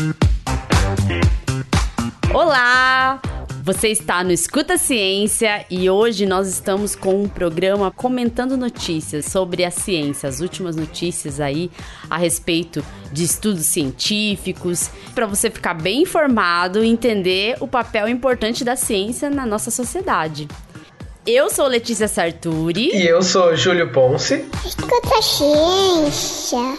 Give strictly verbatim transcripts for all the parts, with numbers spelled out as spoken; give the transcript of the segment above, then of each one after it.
Olá! Você está no Escuta Ciência e hoje nós estamos com um programa comentando notícias sobre a ciência, as últimas notícias aí a respeito de estudos científicos, para você ficar bem informado e entender o papel importante da ciência na nossa sociedade. Eu sou Letícia Sarturi. E eu sou Júlio Ponce. Escuta Ciência.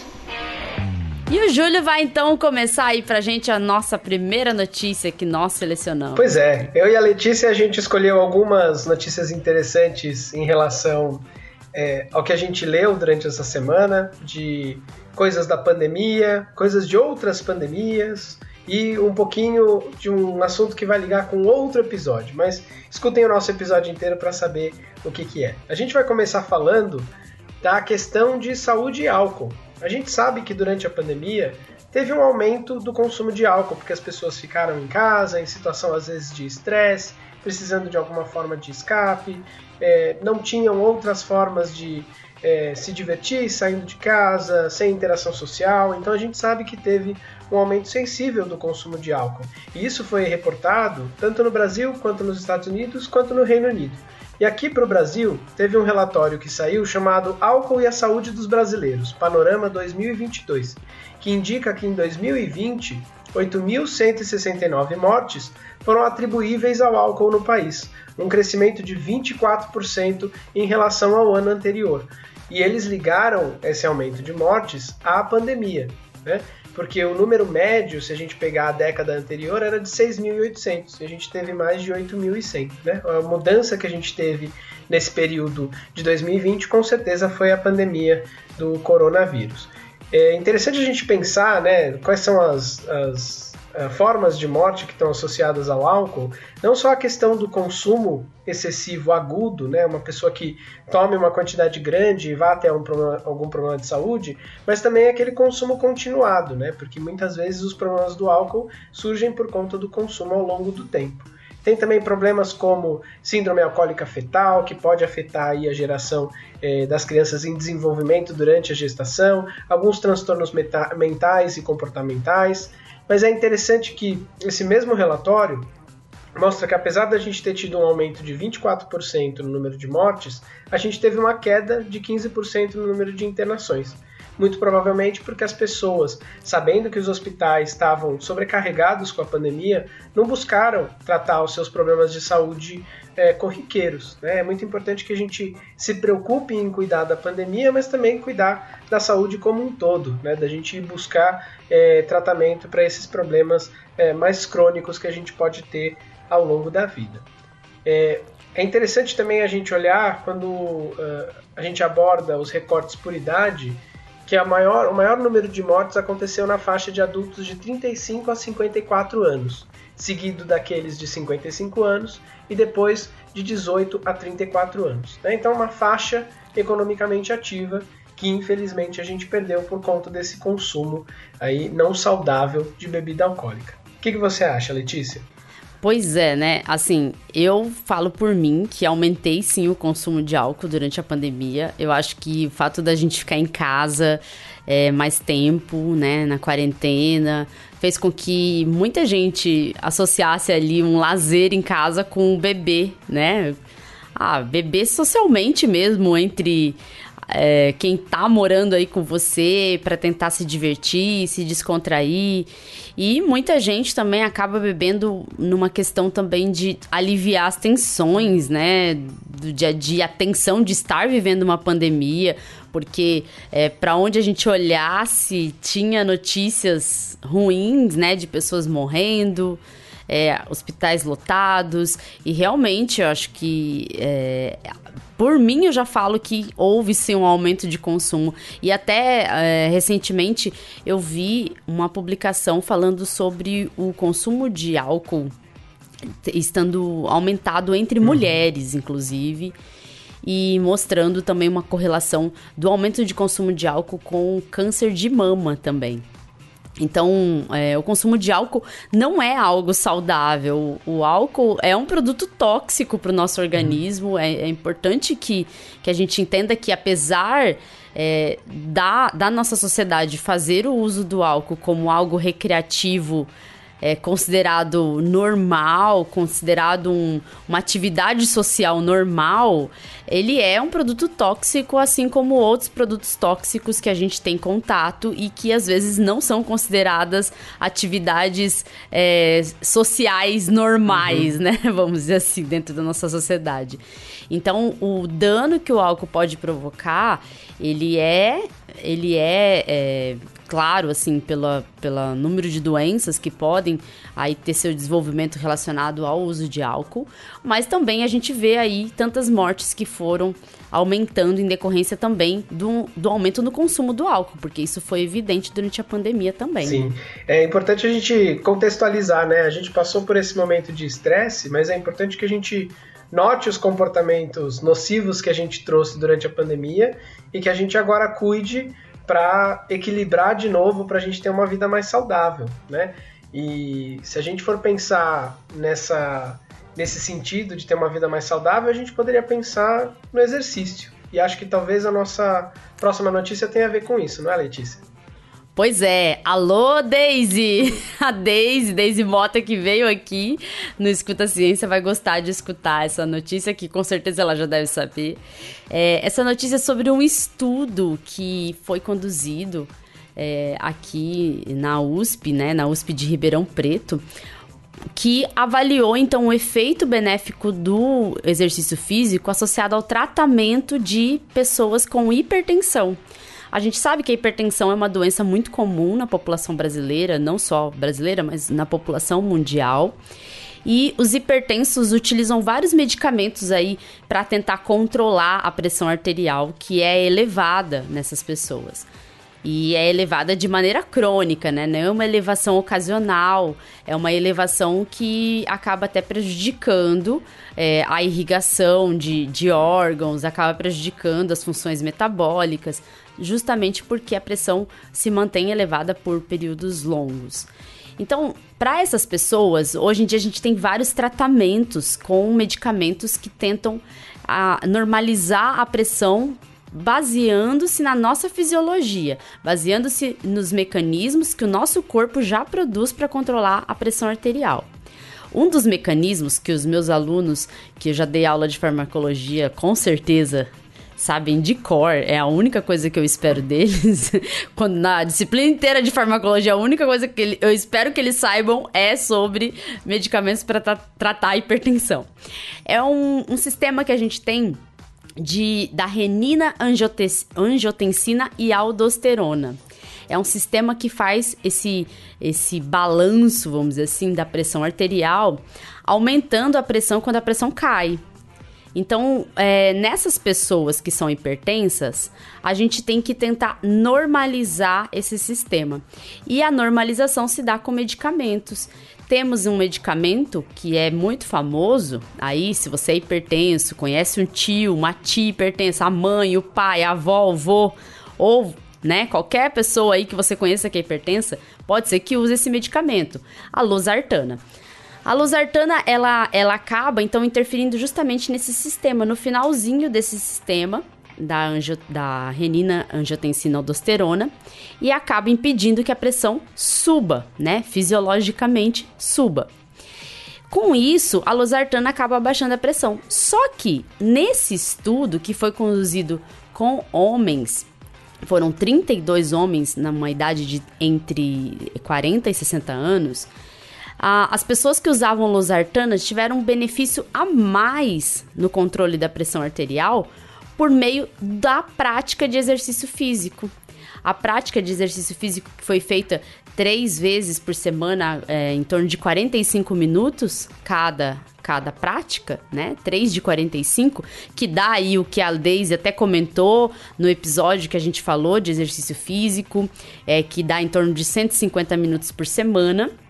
E o Júlio vai então começar aí pra gente a nossa primeira notícia que nós selecionamos. Pois é, eu e a Letícia a gente escolheu algumas notícias interessantes em relação é, ao que a gente leu durante essa semana, de coisas da pandemia, coisas de outras pandemias e um pouquinho de um assunto que vai ligar com outro episódio. Mas escutem o nosso episódio inteiro para saber o que, que é. A gente vai começar falando da questão de saúde e álcool. A gente sabe que durante a pandemia teve um aumento do consumo de álcool, porque as pessoas ficaram em casa, em situação às vezes de estresse, precisando de alguma forma de escape, é, não tinham outras formas de é, se divertir, saindo de casa, sem interação social. Então a gente sabe que teve um aumento sensível do consumo de álcool. E isso foi reportado tanto no Brasil, quanto nos Estados Unidos, quanto no Reino Unido. E aqui para o Brasil, teve um relatório que saiu chamado Álcool e a Saúde dos Brasileiros, Panorama dois mil e vinte e dois, que indica que em dois mil e vinte, oito mil cento e sessenta e nove mortes foram atribuíveis ao álcool no país, um crescimento de vinte e quatro por cento em relação ao ano anterior. E eles ligaram esse aumento de mortes à pandemia, né? Porque o número médio, se a gente pegar a década anterior, era de seis mil e oitocentos, e a gente teve mais de oito mil e cem. Né? A mudança que a gente teve nesse período de dois mil e vinte, com certeza, foi a pandemia do coronavírus. É interessante a gente pensar, né, quais são as, as uh, formas de morte que estão associadas ao álcool, não só a questão do consumo excessivo agudo, né, uma pessoa que tome uma quantidade grande e vá até um problema, algum problema de saúde, mas também aquele consumo continuado, né, porque muitas vezes os problemas do álcool surgem por conta do consumo ao longo do tempo. Tem também problemas como síndrome alcoólica fetal, que pode afetar aí a geração eh, das crianças em desenvolvimento durante a gestação, alguns transtornos meta- mentais e comportamentais, mas é interessante que esse mesmo relatório mostra que apesar da gente ter tido um aumento de vinte e quatro por cento no número de mortes, a gente teve uma queda de quinze por cento no número de internações. Muito provavelmente porque as pessoas, sabendo que os hospitais estavam sobrecarregados com a pandemia, não buscaram tratar os seus problemas de saúde é, corriqueiros. Né? É muito importante que a gente se preocupe em cuidar da pandemia, mas também cuidar da saúde como um todo, né? Da gente buscar é, tratamento para esses problemas é, mais crônicos que a gente pode ter ao longo da vida. É, é interessante também a gente olhar quando uh, a gente aborda os recortes por idade, que a maior, o maior número de mortes aconteceu na faixa de adultos de trinta e cinco a cinquenta e quatro anos, seguido daqueles de cinquenta e cinco anos e depois de dezoito a trinta e quatro anos. Né? Então, uma faixa economicamente ativa que, infelizmente, a gente perdeu por conta desse consumo aí não saudável de bebida alcoólica. O que, que você acha, Letícia? Pois é, né? Assim, eu falo por mim que aumentei sim o consumo de álcool durante a pandemia. Eu acho que o fato da gente ficar em casa é, mais tempo, né, na quarentena, fez com que muita gente associasse ali um lazer em casa com o bebê, né? Ah, beber socialmente mesmo, entre é, quem tá morando aí com você para tentar se divertir, se descontrair. E muita gente também acaba bebendo numa questão também de aliviar as tensões, né, do dia a dia, a tensão de estar vivendo uma pandemia, porque é, para onde a gente olhasse tinha notícias ruins, né, de pessoas morrendo, é, hospitais lotados, e realmente eu acho que é, por mim eu já falo que houve sim um aumento de consumo, e até é, recentemente eu vi uma publicação falando sobre o consumo de álcool estando aumentado entre uhum. mulheres, inclusive, e mostrando também uma correlação do aumento de consumo de álcool com câncer de mama também. Então, é, o consumo de álcool não é algo saudável. O álcool é um produto tóxico para o nosso organismo. É, é importante que, que a gente entenda que, apesar é, da, da nossa sociedade fazer o uso do álcool como algo recreativo, é considerado normal, considerado um, uma atividade social normal, ele é um produto tóxico, assim como outros produtos tóxicos que a gente tem contato e que às vezes não são consideradas atividades é, sociais normais, uhum. né? Vamos dizer assim, dentro da nossa sociedade. Então, o dano que o álcool pode provocar, ele é, ele é, é claro, assim, pela, pelo número de doenças que podem aí ter seu desenvolvimento relacionado ao uso de álcool, mas também a gente vê aí tantas mortes que foram aumentando em decorrência também do, do aumento no consumo do álcool, porque isso foi evidente durante a pandemia também. Sim, é importante a gente contextualizar, né? A gente passou por esse momento de estresse, mas é importante que a gente note os comportamentos nocivos que a gente trouxe durante a pandemia e que a gente agora cuide para equilibrar de novo, para a gente ter uma vida mais saudável, né? E se a gente for pensar nessa, nesse sentido de ter uma vida mais saudável, a gente poderia pensar no exercício. E acho que talvez a nossa próxima notícia tenha a ver com isso, não é, Letícia? Pois é, alô Deise, a Deise, Deise Mota que veio aqui no Escuta Ciência vai gostar de escutar essa notícia que com certeza ela já deve saber. É, essa notícia é sobre um estudo que foi conduzido é, aqui na U S P, né, na U S P de Ribeirão Preto, que avaliou então o efeito benéfico do exercício físico associado ao tratamento de pessoas com hipertensão. A gente sabe que a hipertensão é uma doença muito comum na população brasileira, não só brasileira, mas na população mundial. E os hipertensos utilizam vários medicamentos aí para tentar controlar a pressão arterial, que é elevada nessas pessoas. E é elevada de maneira crônica, né? Não é uma elevação ocasional, é uma elevação que acaba até prejudicando é, a irrigação de, de órgãos, acaba prejudicando as funções metabólicas, justamente porque a pressão se mantém elevada por períodos longos. Então, para essas pessoas, hoje em dia a gente tem vários tratamentos com medicamentos que tentam a, normalizar a pressão baseando-se na nossa fisiologia, baseando-se nos mecanismos que o nosso corpo já produz para controlar a pressão arterial. Um dos mecanismos que os meus alunos, que eu já dei aula de farmacologia, com certeza sabem de cor, é a única coisa que eu espero deles, quando na disciplina inteira de farmacologia, a única coisa que ele, eu espero que eles saibam é sobre medicamentos para tra- tratar a hipertensão. É um, um sistema que a gente tem de, da renina, angiotes, angiotensina e aldosterona. É um sistema que faz esse, esse balanço, vamos dizer assim, da pressão arterial, aumentando a pressão quando a pressão cai. Então, é, nessas pessoas que são hipertensas, a gente tem que tentar normalizar esse sistema. E a normalização se dá com medicamentos. Temos um medicamento que é muito famoso, aí se você é hipertenso, conhece um tio, uma tia hipertensa, a mãe, o pai, a avó, o vô, ou né, qualquer pessoa aí que você conheça que é hipertensa, pode ser que use esse medicamento, a losartana. A losartana, ela, ela acaba, então, interferindo justamente nesse sistema, no finalzinho desse sistema, da, angio, da renina, angiotensina, aldosterona, e acaba impedindo que a pressão suba, né, fisiologicamente suba. Com isso, a losartana acaba abaixando a pressão. Só que, nesse estudo, que foi conduzido com homens, foram trinta e dois homens numa idade de entre quarenta e sessenta anos, Ah, as pessoas que usavam losartana tiveram um benefício a mais no controle da pressão arterial por meio da prática de exercício físico. A prática de exercício físico que foi feita três vezes por semana, é, em torno de quarenta e cinco minutos cada, cada prática, né? três de quarenta e cinco, que dá aí o que a Deise até comentou no episódio que a gente falou de exercício físico, é, que dá em torno de cento e cinquenta minutos por semana.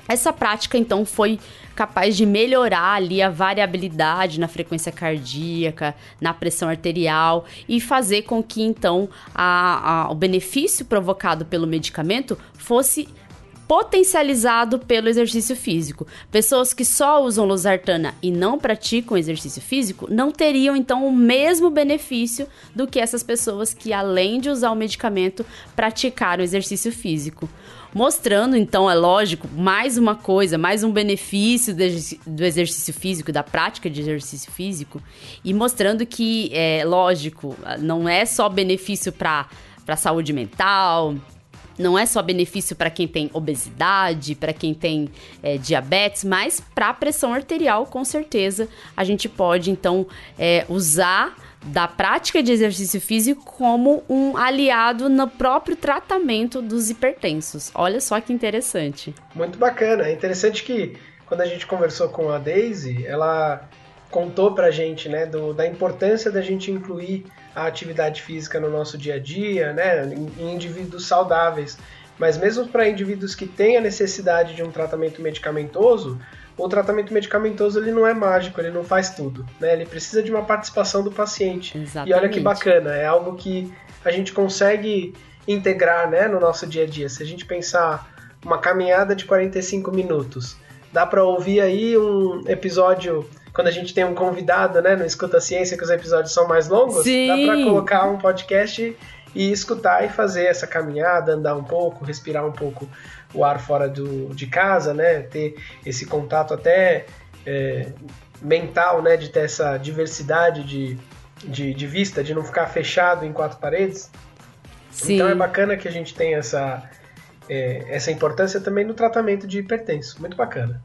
Essa prática, então, foi capaz de melhorar ali a variabilidade na frequência cardíaca, na pressão arterial e fazer com que, então, a, a, o benefício provocado pelo medicamento fosse potencializado pelo exercício físico. Pessoas que só usam losartana e não praticam exercício físico não teriam, então, o mesmo benefício do que essas pessoas que, além de usar o medicamento, praticaram exercício físico. Mostrando, então, é lógico, mais uma coisa, mais um benefício do exercício físico, da prática de exercício físico, e mostrando que, é lógico, não é só benefício para a saúde mental, não é só benefício para quem tem obesidade, para quem tem é, diabetes, mas para a pressão arterial, com certeza, a gente pode, então, é, usar da prática de exercício físico como um aliado no próprio tratamento dos hipertensos. Olha só que interessante. Muito bacana. É interessante que quando a gente conversou com a Daisy, ela contou pra gente, né, do, da importância da gente incluir a atividade física no nosso dia a dia, né, em, em indivíduos saudáveis. Mas mesmo para indivíduos que têm a necessidade de um tratamento medicamentoso, o tratamento medicamentoso ele não é mágico, ele não faz tudo, né? Ele precisa de uma participação do paciente. Exatamente. E olha que bacana, é algo que a gente consegue integrar, né, no nosso dia a dia. Se a gente pensar uma caminhada de quarenta e cinco minutos, dá para ouvir aí um episódio, quando a gente tem um convidado, né, no Escuta Ciência, que os episódios são mais longos, Sim. Dá para colocar um podcast e escutar e fazer essa caminhada, andar um pouco, respirar um pouco o ar fora do, de casa, né? Ter esse contato até é, mental, né? De ter essa diversidade de, de, de vista, de não ficar fechado em quatro paredes. Sim. Então é bacana que a gente tenha essa, é, essa importância também no tratamento de hipertenso. Muito bacana.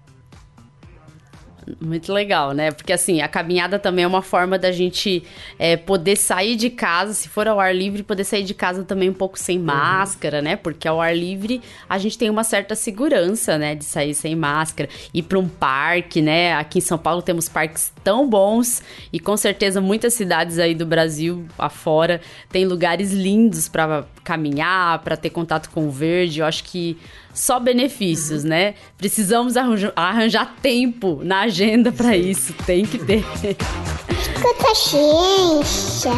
Muito legal, né? Porque assim, a caminhada também é uma forma da gente é, poder sair de casa, se for ao ar livre, poder sair de casa também um pouco sem máscara, uhum. né? Porque ao ar livre a gente tem uma certa segurança, né? De sair sem máscara, ir para um parque, né? Aqui em São Paulo temos parques tão bons e com certeza muitas cidades aí do Brasil afora tem lugares lindos para caminhar, para ter contato com o verde. Eu acho que só benefícios, uhum. né? Precisamos arranjar, arranjar tempo na agenda para isso. Tem que ter. Escuta ciência.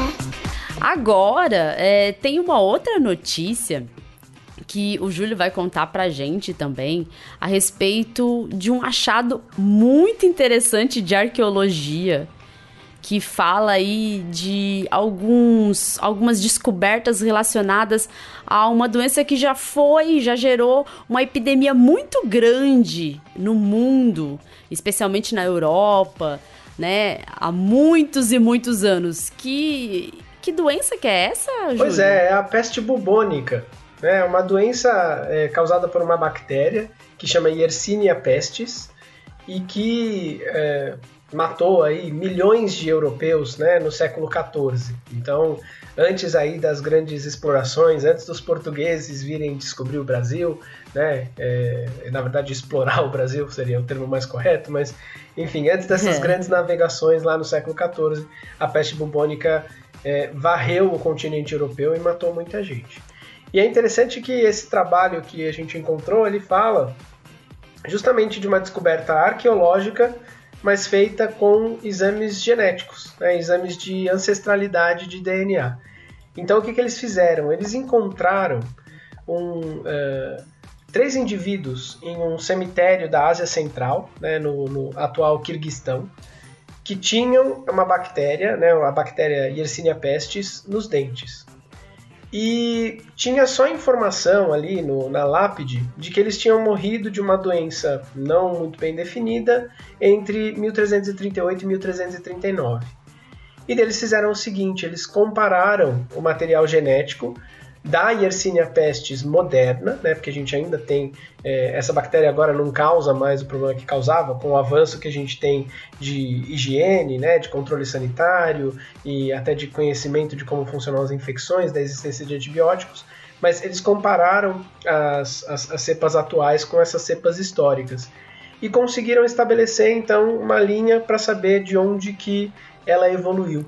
Agora, é, tem uma outra notícia que o Júlio vai contar pra gente também a respeito de um achado muito interessante de arqueologia que fala aí de alguns, algumas descobertas relacionadas a uma doença que já foi, já gerou uma epidemia muito grande no mundo, especialmente na Europa, né, há muitos e muitos anos. Que, que doença que é essa, Júlio? Pois é, é a peste bubônica. É uma doença é, causada por uma bactéria que chama Yersinia pestis e que é, matou aí milhões de europeus, né, no século quatorze. Então, antes aí das grandes explorações, antes dos portugueses virem descobrir o Brasil, né, é, na verdade explorar o Brasil seria o termo mais correto, mas enfim, antes dessas é. grandes navegações lá no século quatorze, a peste bubônica é, varreu o continente europeu e matou muita gente. E é interessante que esse trabalho que a gente encontrou, ele fala justamente de uma descoberta arqueológica, mas feita com exames genéticos, né, exames de ancestralidade de D N A. Então o que, que eles fizeram? Eles encontraram um, uh, três indivíduos em um cemitério da Ásia Central, né, no, no atual Quirguistão, que tinham uma bactéria, né, a bactéria Yersinia pestis, nos dentes. E tinha só informação ali no, na lápide de que eles tinham morrido de uma doença não muito bem definida entre mil trezentos e trinta e oito e mil trezentos e trinta e nove. E eles fizeram o seguinte, eles compararam o material genético da Yersinia pestis moderna, né, porque a gente ainda tem, é, essa bactéria agora não causa mais o problema que causava, com o avanço que a gente tem de higiene, né, de controle sanitário e até de conhecimento de como funcionam as infecções, da existência de antibióticos, mas eles compararam as, as, as cepas atuais com essas cepas históricas e conseguiram estabelecer então uma linha para saber de onde que ela evoluiu.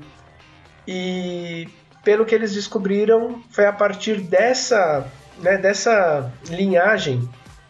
E pelo que eles descobriram, foi a partir dessa, né, dessa linhagem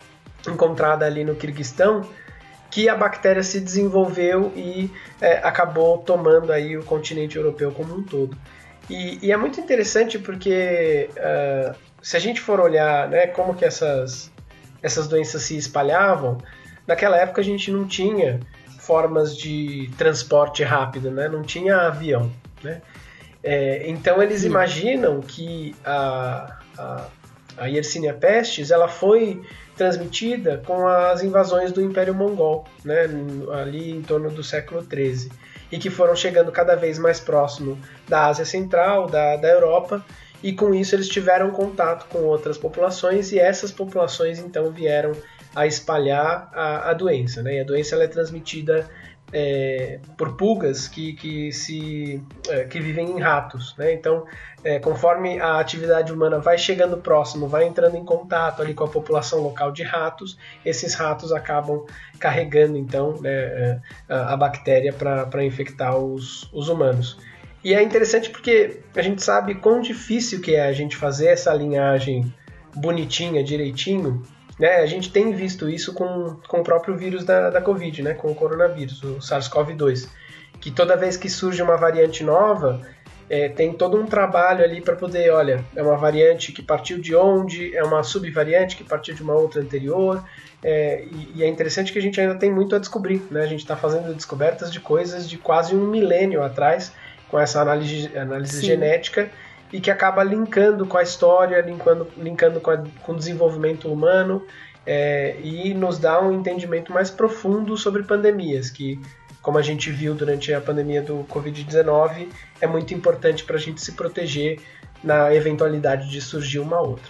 encontrada ali no Quirguistão, que a bactéria se desenvolveu e é, acabou tomando aí o continente europeu como um todo. E, e é muito interessante porque uh, se a gente for olhar, né, como que essas, essas doenças se espalhavam, naquela época a gente não tinha formas de transporte rápido, né, não tinha avião, né? É, então eles Sim. imaginam que a, a, a Yersinia pestis ela foi transmitida com as invasões do Império Mongol, né, ali em torno do século treze, e que foram chegando cada vez mais próximo da Ásia Central, da, da Europa, e com isso eles tiveram contato com outras populações, e essas populações então vieram a espalhar a, a doença, né, e a doença ela é transmitida É, por pulgas que, que, se, é, que vivem em ratos, né? Então, é, conforme a atividade humana vai chegando próximo, vai entrando em contato ali com a população local de ratos, esses ratos acabam carregando então, né, a, a bactéria para infectar os, os humanos. E é interessante porque a gente sabe quão difícil que é a gente fazer essa linhagem bonitinha, direitinho, né? A gente tem visto isso com, com o próprio vírus da, da Covid, né? Com o coronavírus, o SARS-CoV dois, que toda vez que surge uma variante nova, é, tem todo um trabalho ali para poder, olha, é uma variante que partiu de onde, é uma subvariante que partiu de uma outra anterior, é, e, e é interessante que a gente ainda tem muito a descobrir, né? A gente está fazendo descobertas de coisas de quase um milênio atrás, com essa análise, análise genética, e que acaba linkando com a história, linkando, linkando com, a, com o desenvolvimento humano, é, e nos dá um entendimento mais profundo sobre pandemias, que, como a gente viu durante a pandemia do covid dezenove, é muito importante para a gente se proteger na eventualidade de surgir uma outra.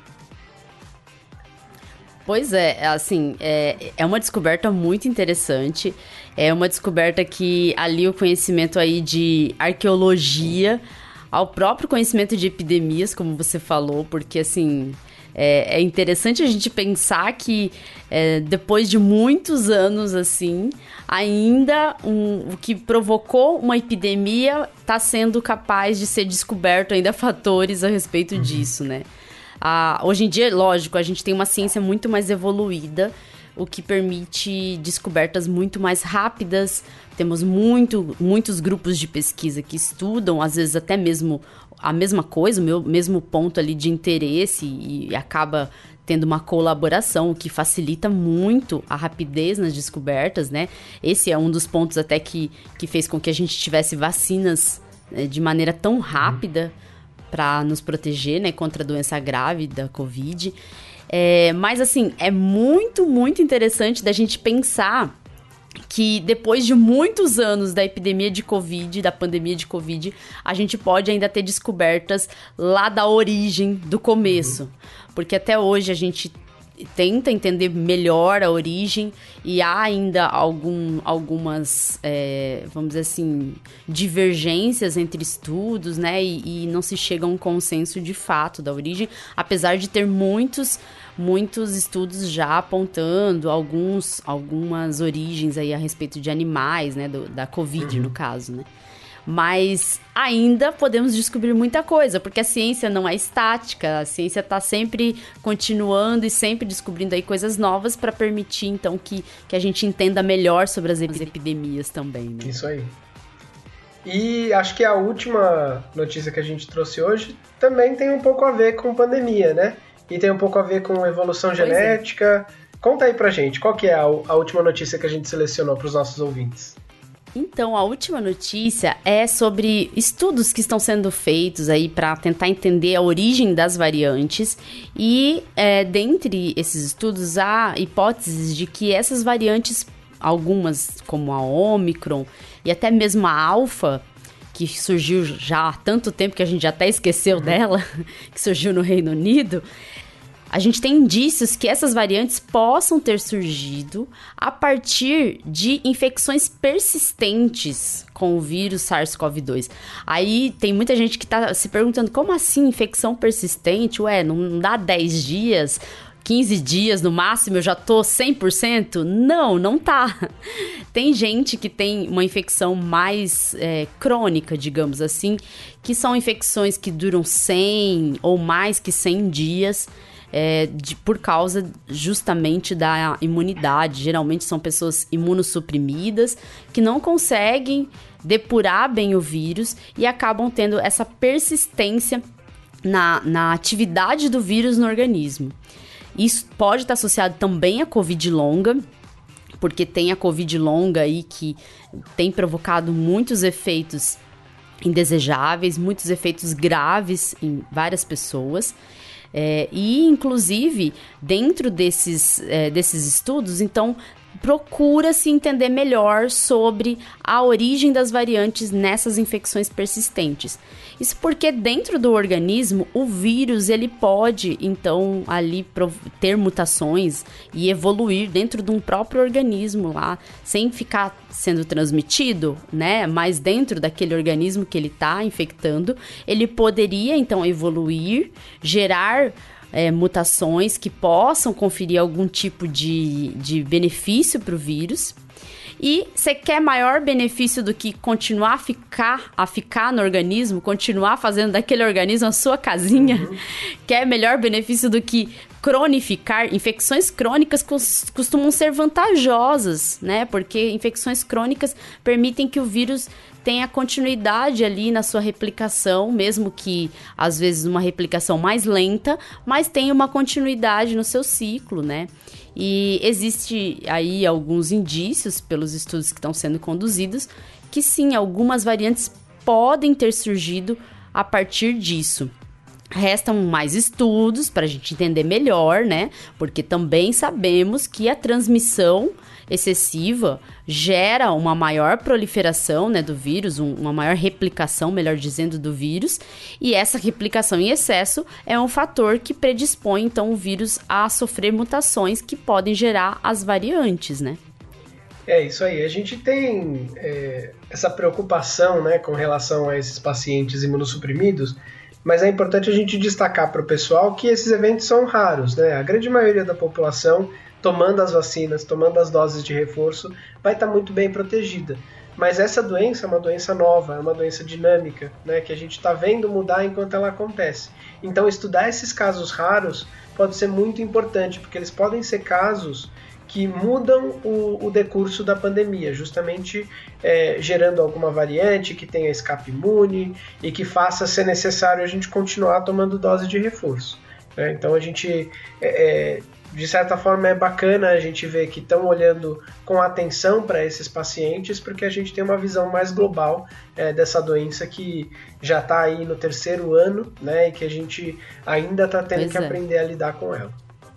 Pois é, assim, é, é uma descoberta muito interessante, é uma descoberta que alia o conhecimento aí de arqueologia ao próprio conhecimento de epidemias, como você falou, porque, assim, é, é interessante a gente pensar que é, depois de muitos anos, assim, ainda um, o que provocou uma epidemia está sendo capaz de ser descoberto ainda fatores a respeito uhum. disso, né? Ah, hoje em dia, lógico, a gente tem uma ciência muito mais evoluída, o que permite descobertas muito mais rápidas. Temos muito, muitos grupos de pesquisa que estudam, às vezes até mesmo a mesma coisa, o meu, mesmo ponto ali de interesse, e, e acaba tendo uma colaboração, o que facilita muito a rapidez nas descobertas, né? Esse é um dos pontos até que, que fez com que a gente tivesse vacinas, né, de maneira tão rápida para nos proteger, né, contra a doença grave da Covid. É, mas, assim, é muito, muito interessante da gente pensar que depois de muitos anos da epidemia de Covid, da pandemia de Covid, a gente pode ainda ter descobertas lá da origem, do começo. Porque até hoje a gente tenta entender melhor a origem e há ainda algum, algumas, é, vamos dizer assim, divergências entre estudos, né? E, e não se chega a um consenso de fato da origem, apesar de ter muitos... muitos estudos já apontando alguns, algumas origens aí a respeito de animais, né, do, da Covid, uhum. no caso, né. Mas ainda podemos descobrir muita coisa, porque a ciência não é estática, a ciência está sempre continuando e sempre descobrindo aí coisas novas para permitir, então, que, que a gente entenda melhor sobre as epidemias também, né. Isso aí. E acho que a última notícia que a gente trouxe hoje também tem um pouco a ver com pandemia, né? E tem um pouco a ver com evolução genética. É. Conta aí pra gente, qual que é a, a última notícia que a gente selecionou para os nossos ouvintes? Então, a última notícia é sobre estudos que estão sendo feitos aí para tentar entender a origem das variantes. E, é, dentre esses estudos, há hipóteses de que essas variantes, algumas como a Omicron e até mesmo a Alpha, que surgiu já há tanto tempo que a gente até esqueceu uhum. dela, que surgiu no Reino Unido, a gente tem indícios que essas variantes possam ter surgido a partir de infecções persistentes com o vírus SARS-CoV dois. Aí tem muita gente que está se perguntando, como assim infecção persistente? Ué, não dá dez dias, quinze dias no máximo, eu já tô cem por cento? Não, não tá. Tem gente que tem uma infecção mais é, crônica, digamos assim, que são infecções que duram cem ou mais que cem dias. é, de, por causa justamente da imunidade. Geralmente são pessoas imunossuprimidas que não conseguem depurar bem o vírus e acabam tendo essa persistência na, na atividade do vírus no organismo. Isso pode estar associado também à Covid longa, porque tem a Covid longa aí que tem provocado muitos efeitos indesejáveis, muitos efeitos graves em várias pessoas. É, e, inclusive, dentro desses, é, desses estudos, então, procura-se entender melhor sobre a origem das variantes nessas infecções persistentes. Isso porque dentro do organismo, o vírus, ele pode, então, ali ter mutações e evoluir dentro de um próprio organismo lá, sem ficar sendo transmitido, né? Mas dentro daquele organismo que ele está infectando, ele poderia, então, evoluir, gerar É, mutações que possam conferir algum tipo de, de benefício para o vírus. E você quer maior benefício do que continuar a ficar, a ficar no organismo, continuar fazendo daquele organismo a sua casinha? Uhum. Quer melhor benefício do que cronificar? Infecções crônicas costumam ser vantajosas, né? Porque infecções crônicas permitem que o vírus tenha continuidade ali na sua replicação, mesmo que, às vezes, uma replicação mais lenta, mas tenha uma continuidade no seu ciclo, né? E existe aí alguns indícios, pelos estudos que estão sendo conduzidos, que sim, algumas variantes podem ter surgido a partir disso. Restam mais estudos para a gente entender melhor, né? Porque também sabemos que a transmissão excessiva gera uma maior proliferação, né, do vírus, um, uma maior replicação, melhor dizendo, do vírus. E essa replicação em excesso é um fator que predispõe, então, o vírus a sofrer mutações que podem gerar as variantes, né? É isso aí. A gente tem é, essa preocupação, né, com relação a esses pacientes imunossuprimidos, mas é importante a gente destacar para o pessoal que esses eventos são raros, né? A grande maioria da população, tomando as vacinas, tomando as doses de reforço, vai estar muito bem protegida. Mas essa doença é uma doença nova, é uma doença dinâmica, né, que a gente está vendo mudar enquanto ela acontece. Então, estudar esses casos raros pode ser muito importante, porque eles podem ser casos que mudam o, o decurso da pandemia, justamente é, gerando alguma variante que tenha escape imune e que faça ser necessário a gente continuar tomando dose de reforço, né? Então, a gente... É, é, de certa forma é bacana a gente ver que estão olhando com atenção para esses pacientes, porque a gente tem uma visão mais global é, dessa doença que já está aí no terceiro ano, né, e que a gente ainda está tendo pois que é. aprender a lidar com ela.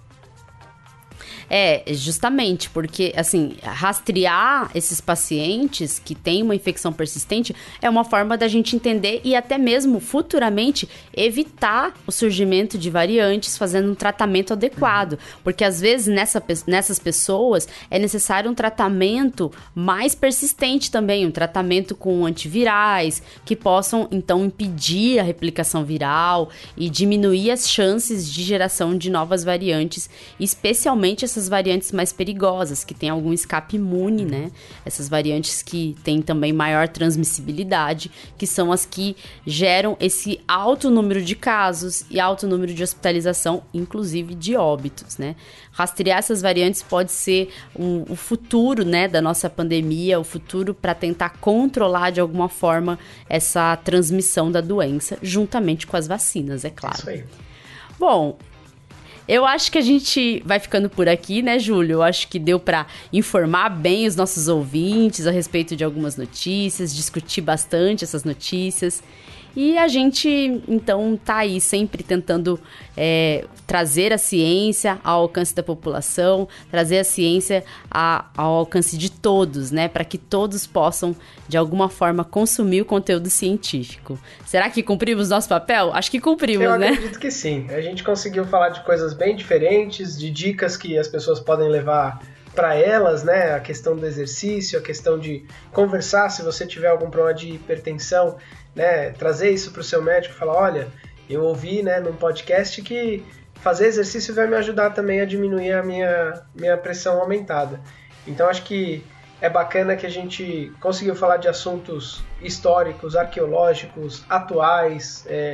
É, justamente, porque, assim, rastrear esses pacientes que têm uma infecção persistente é uma forma da gente entender e até mesmo, futuramente, evitar o surgimento de variantes fazendo um tratamento adequado. Porque, às vezes, nessa, nessas pessoas, é necessário um tratamento mais persistente também, um tratamento com antivirais, que possam, então, impedir a replicação viral e diminuir as chances de geração de novas variantes, especialmente essas variantes mais perigosas, que tem algum escape imune, né? Essas variantes que têm também maior transmissibilidade, que são as que geram esse alto número de casos e alto número de hospitalização, inclusive de óbitos, né? Rastrear essas variantes pode ser um, o futuro, né, da nossa pandemia, o futuro para tentar controlar de alguma forma essa transmissão da doença, juntamente com as vacinas, é claro. Isso aí. Bom, eu acho que a gente vai ficando por aqui, né, Júlio? Eu acho que deu para informar bem os nossos ouvintes a respeito de algumas notícias, discutir bastante essas notícias. E a gente, então, tá aí sempre tentando é, trazer a ciência ao alcance da população, trazer a ciência a, ao alcance de todos, né? Para que todos possam, de alguma forma, consumir o conteúdo científico. Será que cumprimos nosso papel? Acho que cumprimos, Eu né? Eu acredito que sim. A gente conseguiu falar de coisas bem diferentes, de dicas que as pessoas podem levar para elas, né? A questão do exercício, a questão de conversar se você tiver algum problema de hipertensão, né? Trazer isso para o seu médico e falar, olha, eu ouvi, né, num podcast que fazer exercício vai me ajudar também a diminuir a minha, minha pressão aumentada. Então acho que é bacana que a gente conseguiu falar de assuntos históricos, arqueológicos, atuais, é,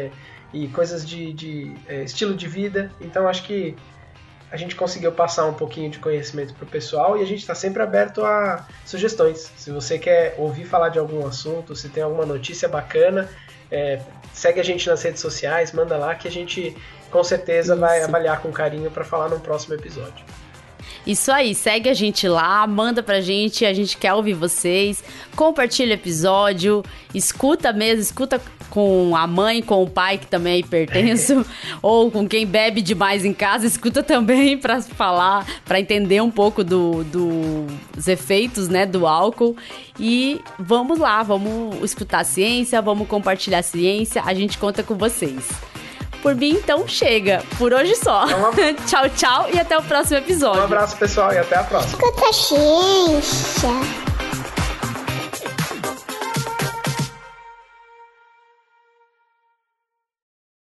e coisas de, de é, estilo de vida. Então acho que a gente conseguiu passar um pouquinho de conhecimento pro pessoal e a gente está sempre aberto a sugestões. Se você quer ouvir falar de algum assunto, se tem alguma notícia bacana, é, segue a gente nas redes sociais, manda lá que a gente com certeza Isso. vai avaliar com carinho para falar no próximo episódio. Isso aí, segue a gente lá, manda pra gente, a gente quer ouvir vocês, compartilha o episódio, escuta mesmo, escuta com a mãe, com o pai, que também é hipertenso, ou com quem bebe demais em casa, escuta também pra falar, pra entender um pouco do, do, dos efeitos, né, do álcool. E vamos lá, vamos escutar a ciência, vamos compartilhar a ciência, a gente conta com vocês. Por mim, então, chega. Por hoje só. Então, tchau, tchau e até o próximo episódio. Um abraço, pessoal, e até a próxima. Escuta a ciência.